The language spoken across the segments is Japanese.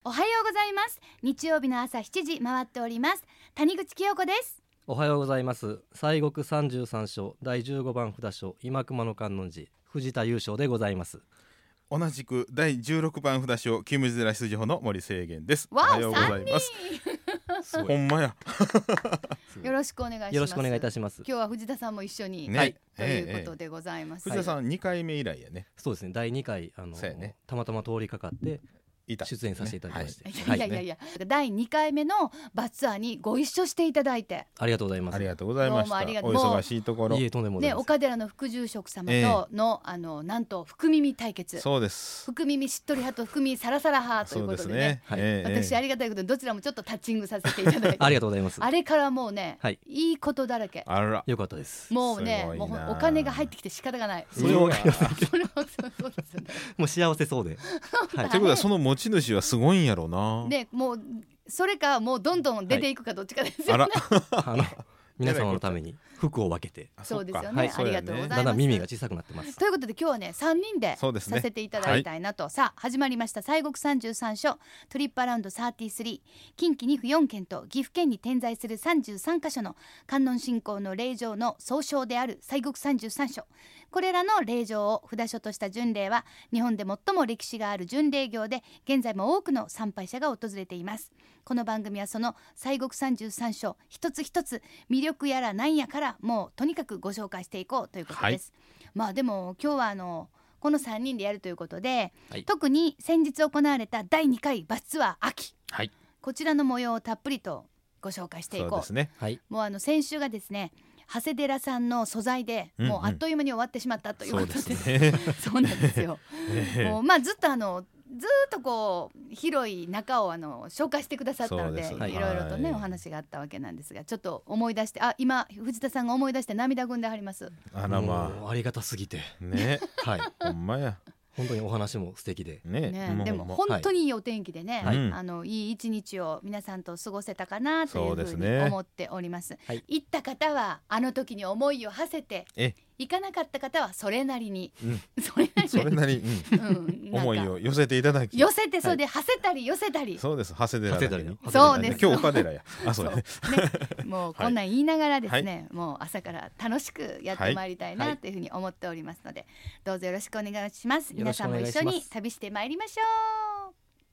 おはようございます。日曜日の朝7時回っております。谷口清子です。 おはようございます。西国33所第15番札所今熊野観音寺藤田優勝でございます。 同じく第16番札所清水寺出場の森清源です。おわはようございます。ほんまやよろしくお願いします。 よろしくお願いいたします。 今日は藤田さんも一緒に、 ね、 ということでございます。 藤田さん2回目以来やね。 そうですね、第2回ね、たまたま通りかかって出演させていただきまして、 いや、第2回目のバスツアーにご一緒していただいてありがとうございます。 ありがとうございました。お忙しいところね、岡寺の副住職様との、なんと福耳対決。そうです。福耳しっとり派と福耳サラサラ派ということでね、私ありがたいことでどちらもちょっとタッチングさせていただいてありがとうございます。 あれからもうね、いいことだらけ。 あら、 よかったです。 もうね、もうお金が入ってきて仕方がない。 それをそうですよね。 もう幸せそうで、 ということはその持ち主はすごいんやろうな。 ね、もうそれかもうどんどん出ていくかどっちかですよね。 皆様のために服を分けて。 そうですよね、ありがとうございます。 だんだん耳が小さくなってます。 ということで今日はね3人でさせていただきたいなと、さあ始まりました西国33所トリップアラウンド33、近畿2府4県と岐阜県に点在する33カ所の観音信仰の霊場の総称である西国33所、これらの霊場を札所とした巡礼は日本で最も歴史がある巡礼業で、現在も多くの参拝者が訪れています。この番組はその西国33所一つ一つ魅力やらなんやからもうとにかくご紹介していこうということです。まあでも今日はこの3人でやるということで、特に先日行われた第2回バスツアー秋、こちらの模様をたっぷりとご紹介していこう。 そうですね、 もう先週がですね、長谷寺さんの素材でもうあっという間に終わってしまったということで、そうなんですよ。もうずっとこう広い中を紹介してくださったので、いろいろとねお話があったわけなんですが、ちょっと思い出して、今藤田さんが思い出して涙ぐんではります。 ありがたすぎてね、ほんまや。 本当にお話も素敵ででも本当にいいお天気でね、いい一日を皆さんと過ごせたかなというふうに思っております。行った方はあの時に思いを馳せて、行かなかった方はそれなりに、それなりに思いを寄せていただき、 寄せて、それで馳せたり寄せたり、 そうです、長谷寺に、 そうです、 今日岡寺や、 もうこんなん言いながらですね、もう朝から楽しくやってまいりたいなというふうに思っておりますので、どうぞよろしくお願いします。皆さんも一緒に旅してまいりましょう。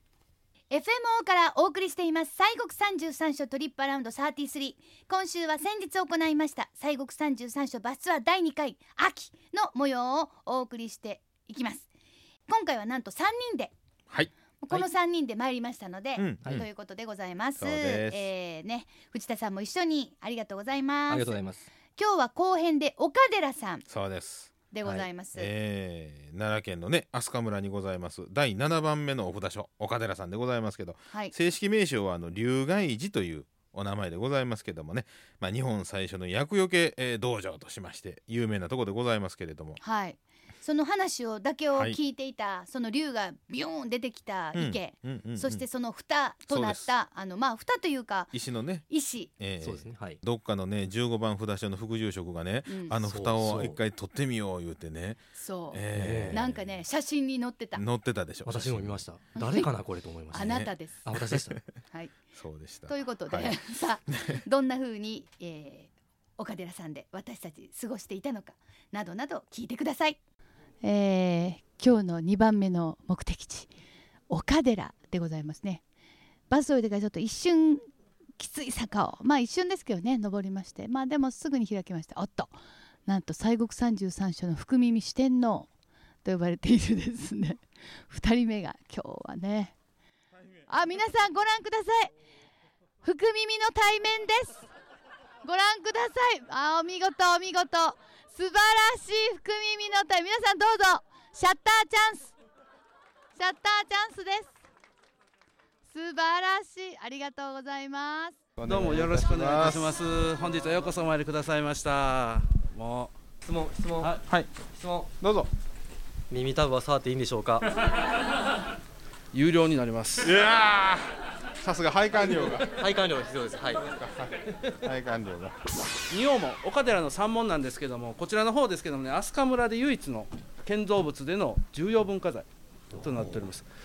FMO からお送りしています西国33所トリップアラウンド33、今週は先日行いました西国33所バスツアー第2回秋の模様をお送りしていきます。今回はなんと3人で、この3人で参りましたので、ということでございます。藤田さんも一緒にありがとうございます。 ありがとうございます。 今日は後編で岡寺さん、 そうですでございます。 奈良県のね飛鳥村にございます第7番目のお札所岡寺さんでございますけど、正式名称は龍外寺というお名前でございますけどもね、日本最初の厄除け、道場としまして有名なところでございますけれども、 その話だけを聞いていた、その龍がビヨーン出てきた池、そしてその蓋となった蓋というか石のね石、 そうですね、 どっかのね15番札所の副住職がね、蓋を一回取ってみよう言うてね、 なんかね写真に載ってたでしょ。 私も見ました。誰かなこれと思いましたね。 あなたです。 私でした。 そうでした。 ということで、さあどんな風に、岡寺さんで私たち過ごしていたのかなどなど聞いてください。今日の2番目の目的地岡寺でございますね。バスを降りてからちょっと一瞬きつい坂を一瞬ですけどね登りまして、でもすぐに開きました。なんと西国33所の福耳四天王と呼ばれているですね2人目が今日はね、皆さんご覧ください、福耳の対面です。ご覧ください。お見事お見事、素晴らしい福耳の対面。皆さんどうぞシャッターチャンス、シャッターチャンスです。素晴らしい、ありがとうございます。 どうもよろしくお願いいたします。本日はようこそお参りくださいました。もう質問質問どうぞ。 耳たぶは触っていいんでしょうか。 有料になります。 いやさすが配管料が配管料が必要です。 配管料が仁王門岡寺の三門なんですけども、こちらの方ですけどもね、飛鳥村で唯一の建造物での重要文化財となっております。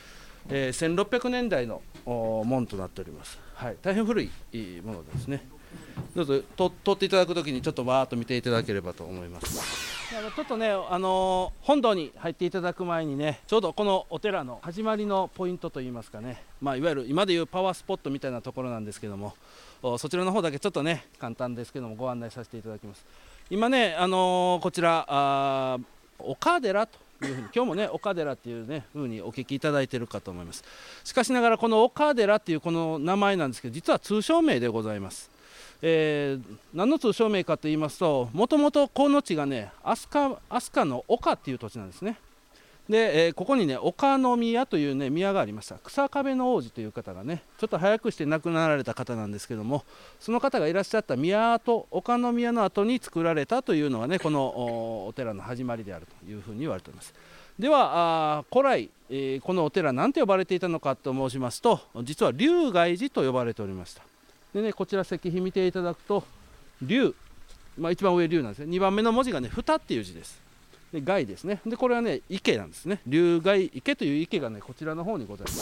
1600年代の門となっております。はい、大変古いものですね。どうぞ通っていただくときにちょっとわーっと見ていただければと思います。ちょっとね、本堂に入っていただく前にね、ちょうどこのお寺の始まりのポイントといいますかね、いわゆる今でいうパワースポットみたいなところなんですけども、そちらの方だけちょっとね簡単ですけどもご案内させていただきます。今ね、こちら岡寺というふうに、今日もね岡寺っていうね風にお聞きいただいているかと思います。しかしながらこの岡寺っていうこの名前なんですけど、実は通称名でございます。何の通称名かと言いますと、もともとこの地がね飛鳥の岡っていう土地なんですね。で、ここにね岡宮というね宮がありました。草壁の王子という方がね、ちょっと早くして亡くなられた方なんですけども、その方がいらっしゃった宮跡、岡宮の後に作られたというのがねこのお寺の始まりであるというふうに言われております。では古来、このお寺何て呼ばれていたのかと申しますと、実は龍外寺と呼ばれておりました。でね、こちら石碑見ていただくと龍、一番上龍なんですね。2番目の文字がね蓋っていう字です。で外ですね。でこれはね池なんですね。龍外池という池がねこちらの方にございます。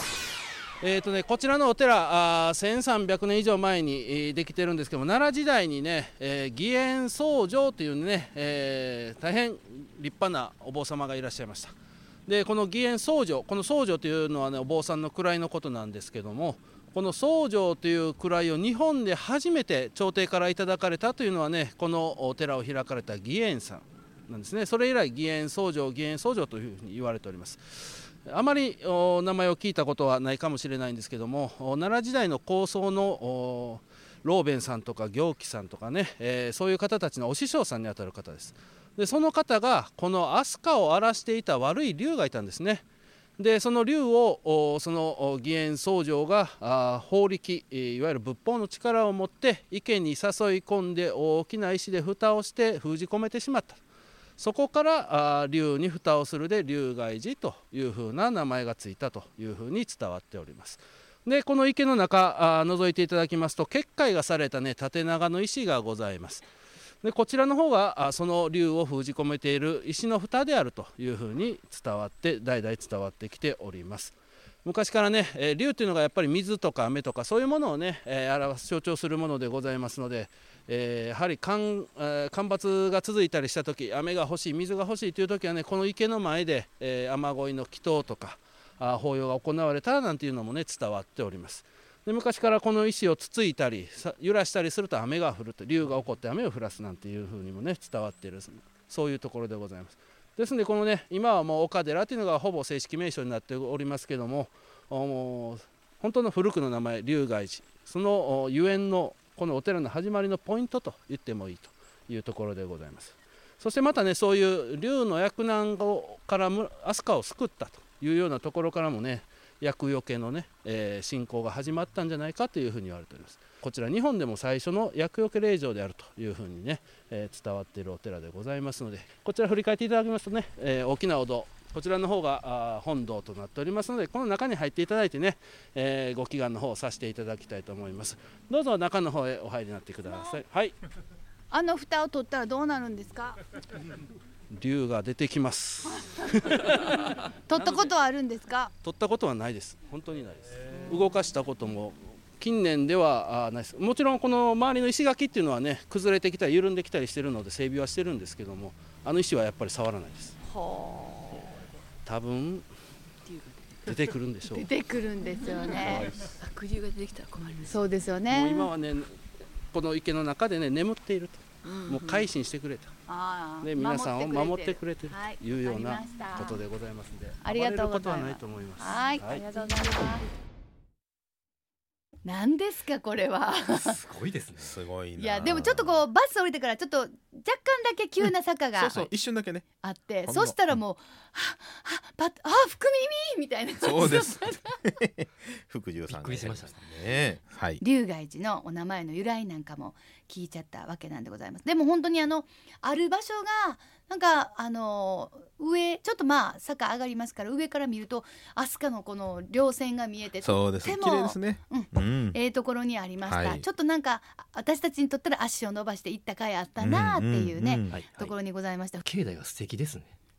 こちらのお寺1300年以上前に、できてるんですけども、奈良時代にね、義援僧正というね、大変立派なお坊様がいらっしゃいました。でこの義援僧正、この僧正というのはねお坊さんの位のことなんですけども、この僧正という位を日本で初めて朝廷からいただかれたというのはねこのお寺を開かれた義援さんなんですね。それ以来義援僧正というふうに言われております。あまり名前を聞いたことはないかもしれないんですけども、奈良時代の高僧の老弁さんとか行基さんとかね、そういう方たちのお師匠さんにあたる方です。でその方がこの飛鳥を荒らしていた悪い竜がいたんですね。でその竜をその義援僧正が法力、いわゆる仏法の力を持って池に誘い込んで大きな石で蓋をして封じ込めてしまった。そこから竜に蓋をするで龍外寺というふうな名前がついたというふうに伝わっております。でこの池の中覗いていただきますと、結界がされたね縦長の石がございます。でこちらの方がその竜を封じ込めている石の蓋であるというふうに伝わって代々伝わってきております。昔からね竜というのがやっぱり水とか雨とかそういうものをね象徴するものでございますので、やはり干ばつが続いたりした時、雨が欲しい水が欲しいという時はねこの池の前で雨乞いの祈祷とか法要が行われたなんていうのもね伝わっております。で昔からこの石をつついたり揺らしたりすると雨が降ると、竜が起こって雨を降らすなんていうふうにもね伝わっている、そういうところでございます。ですのでこのね今はもう岡寺というのがほぼ正式名称になっておりますけども、本当の古くの名前龍外寺、そのゆえんのこのお寺の始まりのポイントと言ってもいいというところでございます。そしてまたねそういう竜の厄難から飛鳥を救ったというようなところからもね厄除けのね、信仰が始まったんじゃないかというふうに言われております。こちら日本でも最初の厄除け霊場であるというふうにね、伝わっているお寺でございますので、こちら振り返っていただきますとね、大きなお堂、こちらの方が本堂となっておりますので、この中に入っていただいてね、ご祈願の方をさせていただきたいと思います。どうぞ中の方へお入りになってください。はい。 蓋を取ったらどうなるんですか？ 竜が出てきます取ったことはあるんですか？ 取ったことはないです。本当にないです。動かしたことも近年ではないです。もちろんこの周りの石垣っていうのはね崩れてきたり緩んできたりしてるので整備はしてるんですけども、あの石はやっぱり触らないです。多分出てくるんでしょう。 出てくるんですよね。 悪竜が出てきたら困ります。 そうですよね。 もう今はねこの池の中でね眠っていると、もう改心してくれた。で皆さんを守ってくれているというようなことでございますので、 ありがとうございます。 暴れることはないと思います。 はい、ありがとうございます。何ですかこれは。 すごいですね。 すごいな。 いやでもちょっとこうバス降りてからちょっと若干だけ急な坂がそう一瞬だけねあって、そしたらもう福耳みたいな。 そうです福寿さんびっくりしましたね。はい。 龍外寺のお名前の由来なんかも聞いちゃったわけなんでございます。でも本当にある場所がなんか上ちょっと坂上がりますから、上から見ると飛鳥のこの稜線が見えて、 そうです。綺麗ですね。 ところにありました、 はい、 ちょっとなんか私たちにとったら足を伸ばして行った甲斐あったなっていうね、ところにございました。 境内は素敵ですね。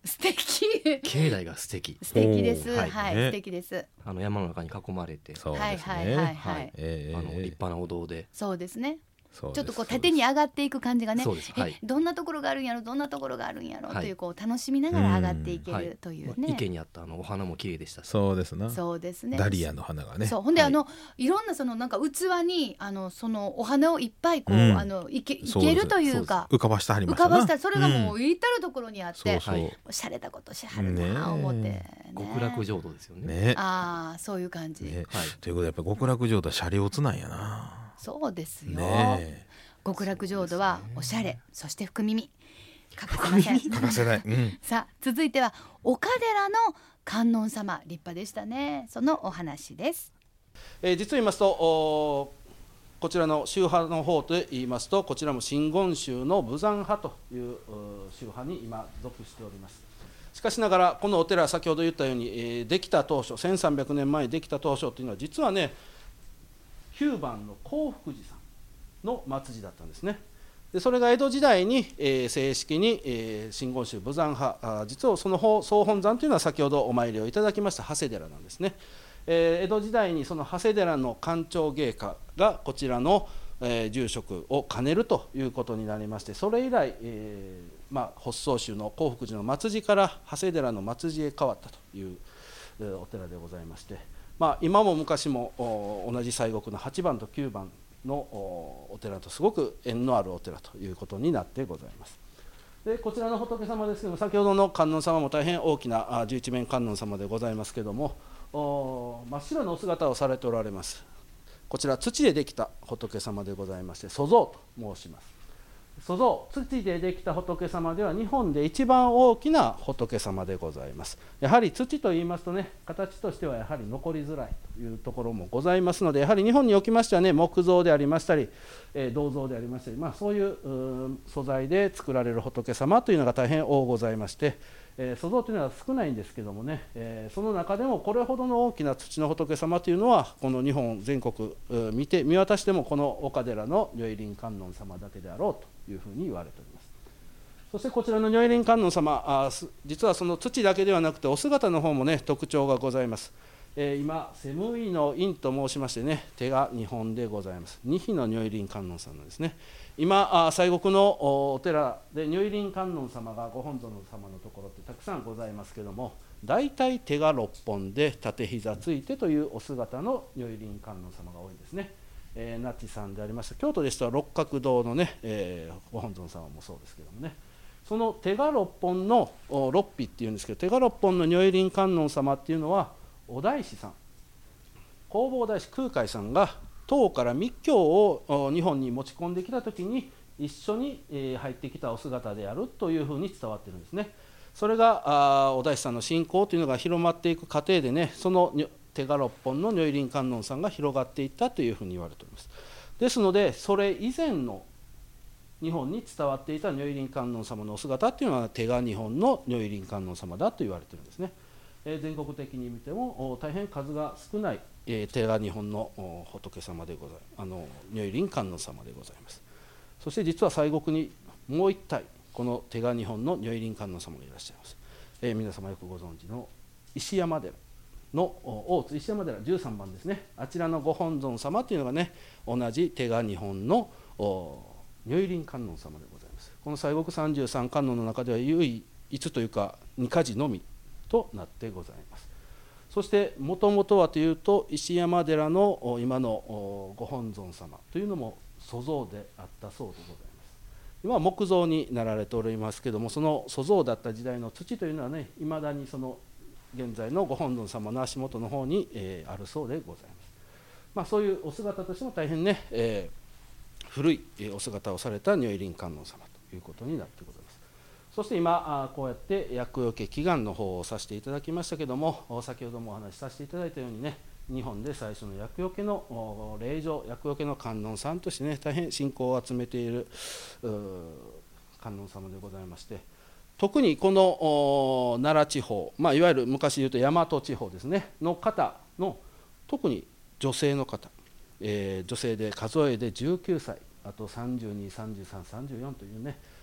素敵境内が素敵。 素敵です。 はいはい、素敵です。 山の中に囲まれて、 そうはいですね。 はいはいははいい。立派なお堂で、 そうですね。 そうですちょっとこう縦に上がっていく感じがね、 そうです。はい。 どんなところがあるんやろ、どんなところがあるんやろはいというこう楽しみながら上がっていけはいるというまあね。 池にあったお花も綺麗でしたし。 そうですな。 そうですね。 ダリアの花がね。 そうほんではいいろんなそのなんか器にそのお花をいっぱいこう、いけるというか浮かばしてはりましたな。 浮かばしたそれがもう至るところにあって、 そうそうはいおしゃれなことしはるな思って、ね、 極楽浄土ですよね。 ね。 ああそういう感じ、 ねはい。 ということでやっぱ極楽浄土はシャレオツなんやな。 そうですよ、 ね極楽浄土はおしゃれ、そして福耳欠かせません欠かせない。 さあ続いては岡寺の観音様、立派でしたね。そのお話です。 実を言いますとこちらの宗派の方と言いますと、こちらも真言宗の武山派という宗派に今属しております。しかしながらこのお寺、先ほど言ったように、できた当初1300年前にできた当初というのは実はね、9番の興福寺さんの末寺だったんですね。でそれが江戸時代に、正式に、真言宗武山派、実はその総本山というのは先ほどお参りをいただきました長谷寺なんですね。江戸時代にその長谷寺の官庁芸家がこちらの、住職を兼ねるということになりまして、それ以来、発宗宗の興福寺の末寺から長谷寺の末寺へ変わったというお寺でございまして、今も昔も同じ西国の8番と9番のお寺とすごく縁のあるお寺ということになってございます。でこちらの仏様ですけども、先ほどの観音様も大変大きな十一面観音様でございますけども、真っ白なお姿をされておられます。こちら土でできた仏様でございまして、塑像と申します。塑像、土でできた仏様では日本で一番大きな仏様でございます。やはり土といいますとね、形としてはやはり残りづらいというところもございますので、やはり日本におきましてはね、木造でありましたり、銅像でありましたり、そういう素材で作られる仏様というのが大変多ございまして、塑像というのは少ないんですけどもね、その中でもこれほどの大きな土の仏様というのはこの日本全国見渡してもこの岡寺の如意輪観音様だけであろうというふうに言われております。そしてこちらの如意輪観音様、実はその土だけではなくてお姿の方もね特徴がございます。今セムイの印と申しましてね、手が2本でございます。2匹の如意輪観音様ですね。今西国のお寺で如意輪観音様がご本尊様のところってたくさんございますけども、大体手が6本で縦膝ついてというお姿の如意輪観音様が多いですね。那智さんでありました京都ですと六角堂のね、ご本尊様もそうですけどもね、その手が6本の六臂っていうんですけど、手が6本の如意輪観音様っていうのはお大師さん、弘法大師空海さんが唐から密教を日本に持ち込んできた時に一緒に入ってきたお姿であるというふうに伝わっているんですね。それがお大師さんの信仰というのが広まっていく過程でね、その手が6本の如意輪観音さんが広がっていったというふうに言われております。ですのでそれ以前の日本に伝わっていた如意輪観音様のお姿っていうのは手が2本の如意輪観音様だと言われているんですね。全国的に見ても大変数が少ない手が2本の仏様でございます。如意輪観音様でございます。そして実は西国にもう一体この手が2本の如意輪観音様がいらっしゃいます。皆様よくご存知の石山寺の大津石山寺13番ですね。あちらのご本尊様というのがね、同じ手が2本の如意輪観音様でございます。この西国33観音の中では唯一というか2か寺のみとなってございます。そしてもともとはというと石山寺の今のご本尊様というのも塑像であったそうでございます。今は木造になられておりますけども、その塑像だった時代の土というのはね、いまだにその現在のご本尊様の足元の方に、あるそうでございます。そういうお姿としても大変ね、古いお姿をされた如意輪観音様ということになってございます。そして今こうやって厄除け祈願の方をさせていただきましたけども、先ほどもお話しさせていただいたようにね、日本で最初の厄除けの霊場、厄除けの観音さんとしてね、大変信仰を集めている観音様でございまして、特にこの奈良地方、いわゆる昔言うと大和地方ですねの方の、特に女性の方、女性で数えで19歳、あと32、33、34というね、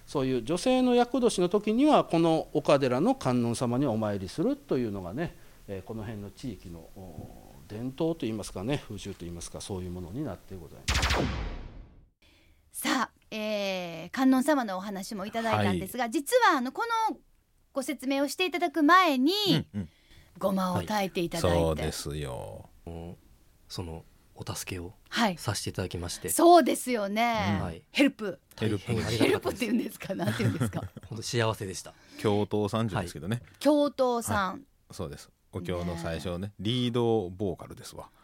そういう女性の厄年の時にはこの岡寺の観音様にお参りするというのがね、この辺の地域の伝統といいますかね、風習といいますか、そういうものになってございます。 さあ、観音様のお話もいただいたんですが、実はこのご説明をしていただく前に、ごまを炊いていただいて、 そうですよ、 そのお助けをはいさせていただきまして、 そうですよね、 はいヘルプ大変ありヘルプがたかったです。 っていうんですか、なんていうんですか本当幸せでした。 教頭さんって言うんですけどね、 教頭さん、 そうです。お経の最初ねリードボーカルですわ。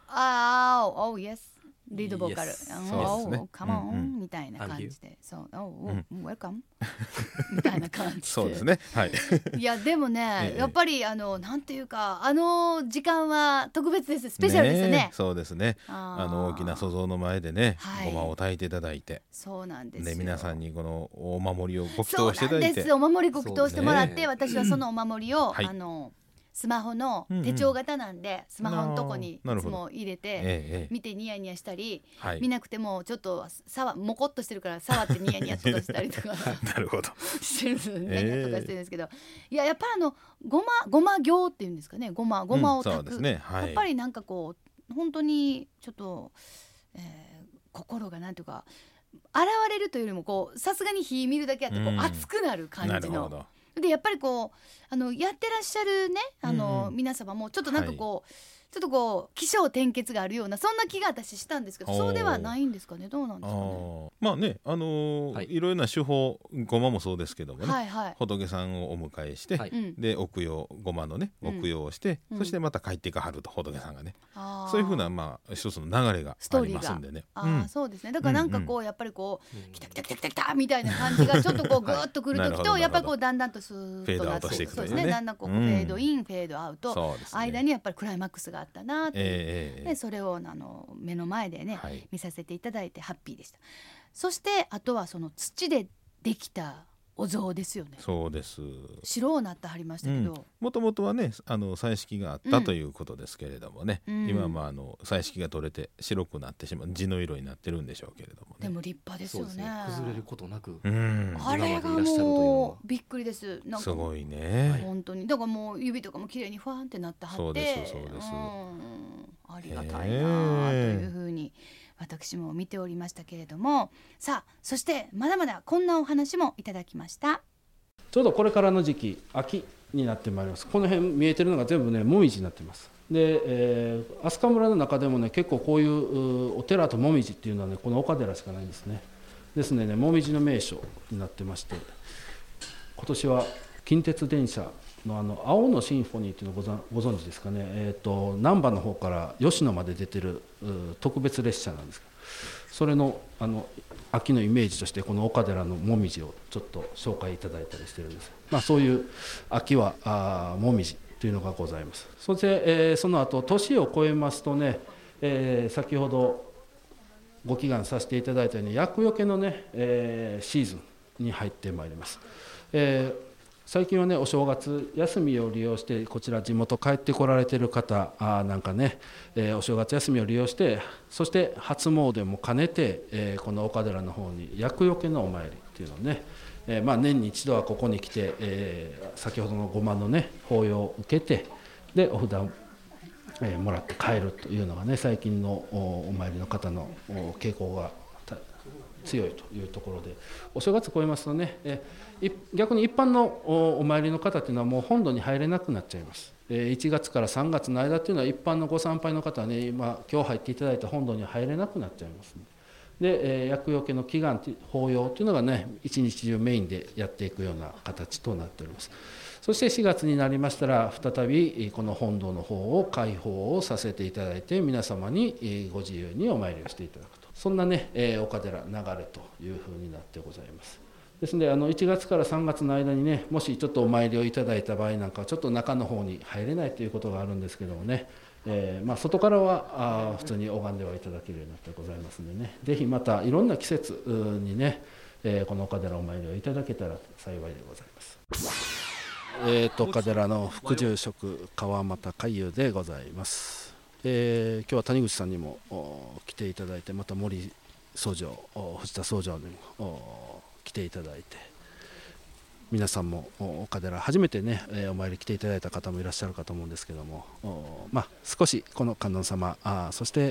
oh yes、リードボーカル、 Yes そうですね come on、みたいな感じで、そう、welcome みたいな感じで、 そうですね、はい。 いやでもね、 ええやっぱりなんていうか、時間は特別です、スペシャルですね。 そうですね。大きな塑像の前でね、 はいごまを炊いていただいて、 そうなんですよ、 ね、皆さんにこのお守りをご祈祷そうしていただいて、 なんです、お守りご祈祷してもらって、 そうね私はそのお守りを、 はいスマホの手帳型なんで、スマホのとこにいつも入れて見てニヤニヤしたり、 はい、 見なくてもちょっともこっとしてるから触ってニヤニヤとかしたりとかなるほど。 してるんですよ、ニヤニヤとかしてるんですけど、いや、やっぱりごま行っていうんですかね、ごまを炊く、 そうですね、はい、 やっぱりなんかこう本当にちょっと、心がなんていうか現れるというよりも、こうさすがに火見るだけあってこう熱くなる感じの。 なるほど。 でやっぱりこうやってらっしゃるね、皆様もちょっとなんかこう、ちょっとこう起承転結があるような、そんな気が私したんですけど、そうではないんですかね、どうなんですかね。 まあね、いろいろな手法、ごまもそうですけどもね、 はいはい、 仏さんをお迎えして、 はいでお供養、ごまのねお供養をして、そしてまた帰っていかはると、仏さんがね、そういうふうな一つの流れがありますんでね。 そうですね。だからなんかこう、やっぱりこう、来た来た来た来た来たみたいな感じがちょっとこうグーッとくるときと、やっぱりこうだんだんとスーッとなって、 フェードアウトしていくというね、 そうですね、だんだんこうフェードイン、フェードアウト、 そうですね、 間にやっぱりクライマックスがあったなっていう、でそれを目の前でね、見させていただいてハッピーでした。そしてあとはその土でできたお像ですよね。 そうです。 白をなってはりましたけど、 もともとはね彩色があったということですけれどもね、今は彩色が取れて白くなってしまう、地の色になってるんでしょうけれどもね。 でも立派ですよね。 崩れることなく、 あれがもうびっくりです。なんかすごいね、 本当に。だからもう指とかも綺麗にファンってなってはって、 そうですそうです、 ありがたいなというふうに私も見ておりましたけれども、さあそしてまだまだこんなお話もいただきました。 ちょうどこれからの時期、秋になってまいります。この辺見えてるのが全部ね、もみじになってます。で、飛鳥村の中でもね、結構こういうお寺ともみじっていうのはね、この岡寺しかないんですね。ですね、もみじの名所になってまして、今年は近鉄電車の青のシンフォニーっていうのをご存知ですかね。難波の方から吉野まで出てる特別列車なんですけど、それの秋のイメージとしてこの岡寺のもみじをちょっと紹介いただいたりしてるんです。そういう秋はもみじというのがございます。そして、その後年を越えますとね、先ほどご祈願させていただいたように厄除けのね、シーズンに入ってまいります。最近はね、お正月休みを利用してこちら地元帰ってこられている方なんかね、お正月休みを利用して、そして初詣も兼ねて、この岡寺の方に厄除けのお参りっていうのをね、年に一度はここに来て、先ほどのごまのね法要を受けて、でお札を、もらって帰るというのがね、最近のお参りの方の傾向が強いというところで、お正月超えますとね、逆に一般のお参りの方っていうのはもう本堂に入れなくなっちゃいます。1月から3月の間っていうのは一般のご参拝の方はね、今日入っていただいた本堂には入れなくなっちゃいますで、厄除けの祈願法要というのがね、一日中メインでやっていくような形となっております。そして4月になりましたら、再びこの本堂の方を開放をさせていただいて、皆様にご自由にお参りをしていただくと、そんなね、岡寺流れというふうになってございます。ですので1月から3月の間にね、もしちょっとお参りをいただいた場合なんかはちょっと中の方に入れないということがあるんですけどもね、外からは普通に拝んではいただけるようになってございますのでね、ぜひまたいろんな季節にね、この岡寺お参りをいただけたら幸いでございます。岡寺の副住職川俣海友でございます。今日は谷口さんにも来ていただいて、また森総長、藤田総長にも来ていただいて、 皆さんも岡寺初めてね、お参り来ていただいた方もいらっしゃるかと思うんですけども、少しこの観音様そして、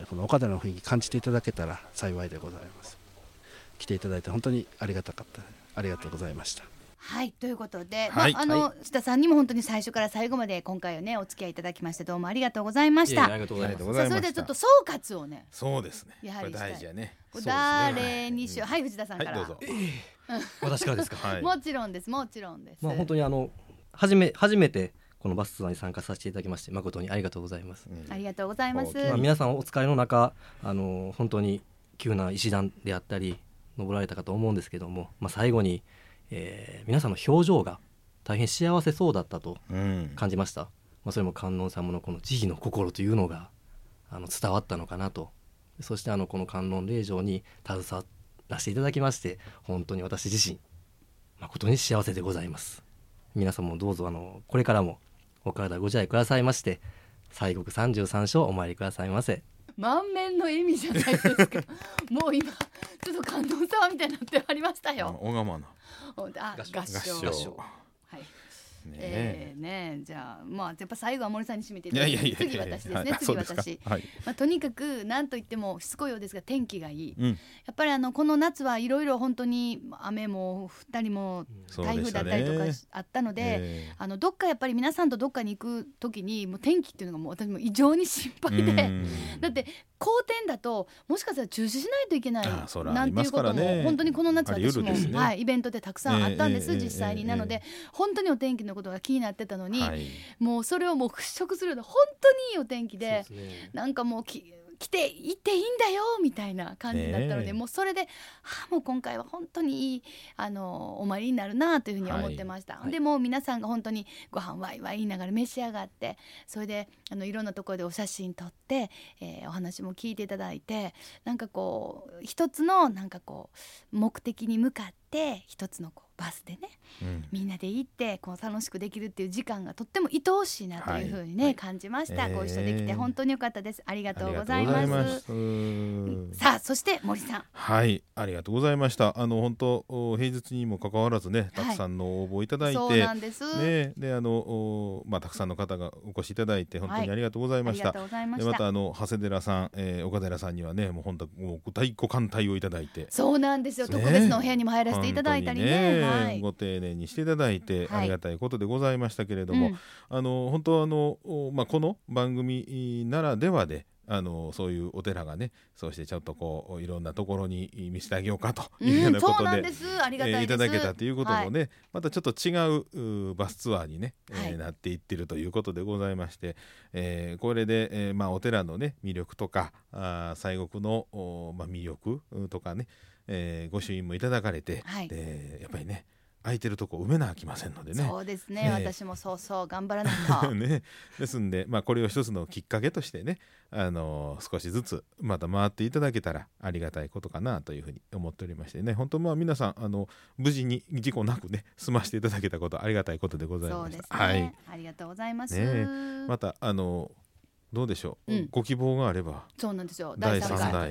この岡寺の雰囲気感じていただけたら幸いでございます。来ていただいて本当にありがたかった。ありがとうございました。 はい、ということで、 はい須田さんにも本当に最初から最後まで今回はねお付き合いいただきましてどうもありがとうございました。 ありがとうございます。 さあそれでちょっと総括をね、 そうですね、 やはりこれ大事やね。 誰にしよう。はい、藤田さんから、 はいどうぞ。 私からですか。 はい、 もちろんです、もちろんです。 本当に初めてこのバスツアーに参加させていただきまして誠にありがとうございます。 ありがとうございます。 皆さんお疲れの中本当に急な石段であったり登られたかと思うんですけども、最後に皆さんの表情が大変幸せそうだったと感じました。それも観音様のこの慈悲の心というのが伝わったのかなと。そしてこの観音霊場に携わらせていただきまして本当に私自身誠に幸せでございます。皆さんもどうぞこれからもお体ご自愛くださいまして西国33所お参りくださいませ。 満面の笑みじゃないですかもう今ちょっと観音様みたいになってありましたよ。 おがまな合唱はいねじゃあやっぱ最後は森さんに締めていただいて、次私ですね、次私、とにかく何と言ってもしつこいようですが天気がいい、やっぱりこの夏はいろいろ本当に雨も降ったりも台風だったりとかあったので、どっかやっぱり皆さんとどっかに行く時にもう天気っていうのがもう私も異常に心配でだって好天だともしかしたら中止しないといけないなんていうことも本当にこの夏私も、イベントでたくさんあったんです、実際に。なので本当にお天気のことが気になってたのに、もうそれをもう払拭するような本当にいいお天気で、なんかもう来て行っていいんだよみたいな感じだったので、もうそれでもう今回は本当にいいお参りになるなというふうに思ってました、でもう皆さんが本当にご飯ワイワイ言いながら召し上がって、それでいろんなところでお写真撮って、お話も聞いていただいて、なんかこう一つのなんかこう目的に向かって一つのバスでね、みんなで行ってこう楽しくできるっていう時間がとっても愛おしいなというふうにね、感じました、ご一緒できて本当に良かったです。ありがとうございます。さあそして森さん、 はいありがとうございました。本当平日にもかかわらずねたくさんの応募いただいて、 そうなんですね、でたくさんの方がお越しいただいて本当にありがとうございました。でまた長谷寺さん、岡寺さんにはねもう本当もう大ご歓待をいただいて、 そうなんですよ、特別のお部屋にも入らせていただいたりね、 ご丁寧にしていただいてありがたいことでございましたけれども、本当この番組ならではでそういうお寺がねそうしてちょっとこういろんなところに見せてあげようかというようなことで、いただけたということもね、またちょっと違うバスツアーにね、なっていってるということでございまして、これで、お寺のね魅力とか西国の、魅力とかね、ご朱印もいただかれて、でやっぱりね空いてるとこ埋めなあきませんのでね。 そうですね、私もそう頑張らないと、 ね、ですんで、これを一つのきっかけとしてね少しずつまた回っていただけたらありがたいことかなというふうに思っておりましてね、本当皆さん無事に事故なくね済ませていただけたことありがたいことでございました。 そうですね、ありがとうございます、 またどうでしょう、ご希望があればそうなんですよ、 第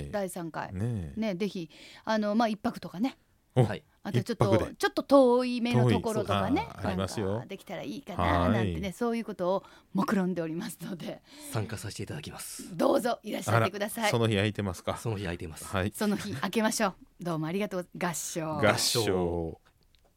3 回ねぜひ一泊とかね、あとちょっと遠い目のところとかねありますよ、 できたらいいかななんてね、そういうことを目論んでおりますので参加させていただきます。 どうぞいらっしゃってください。 その日空いてますか？ その日空いてます。 その日開けましょう。どうもありがとう。合唱。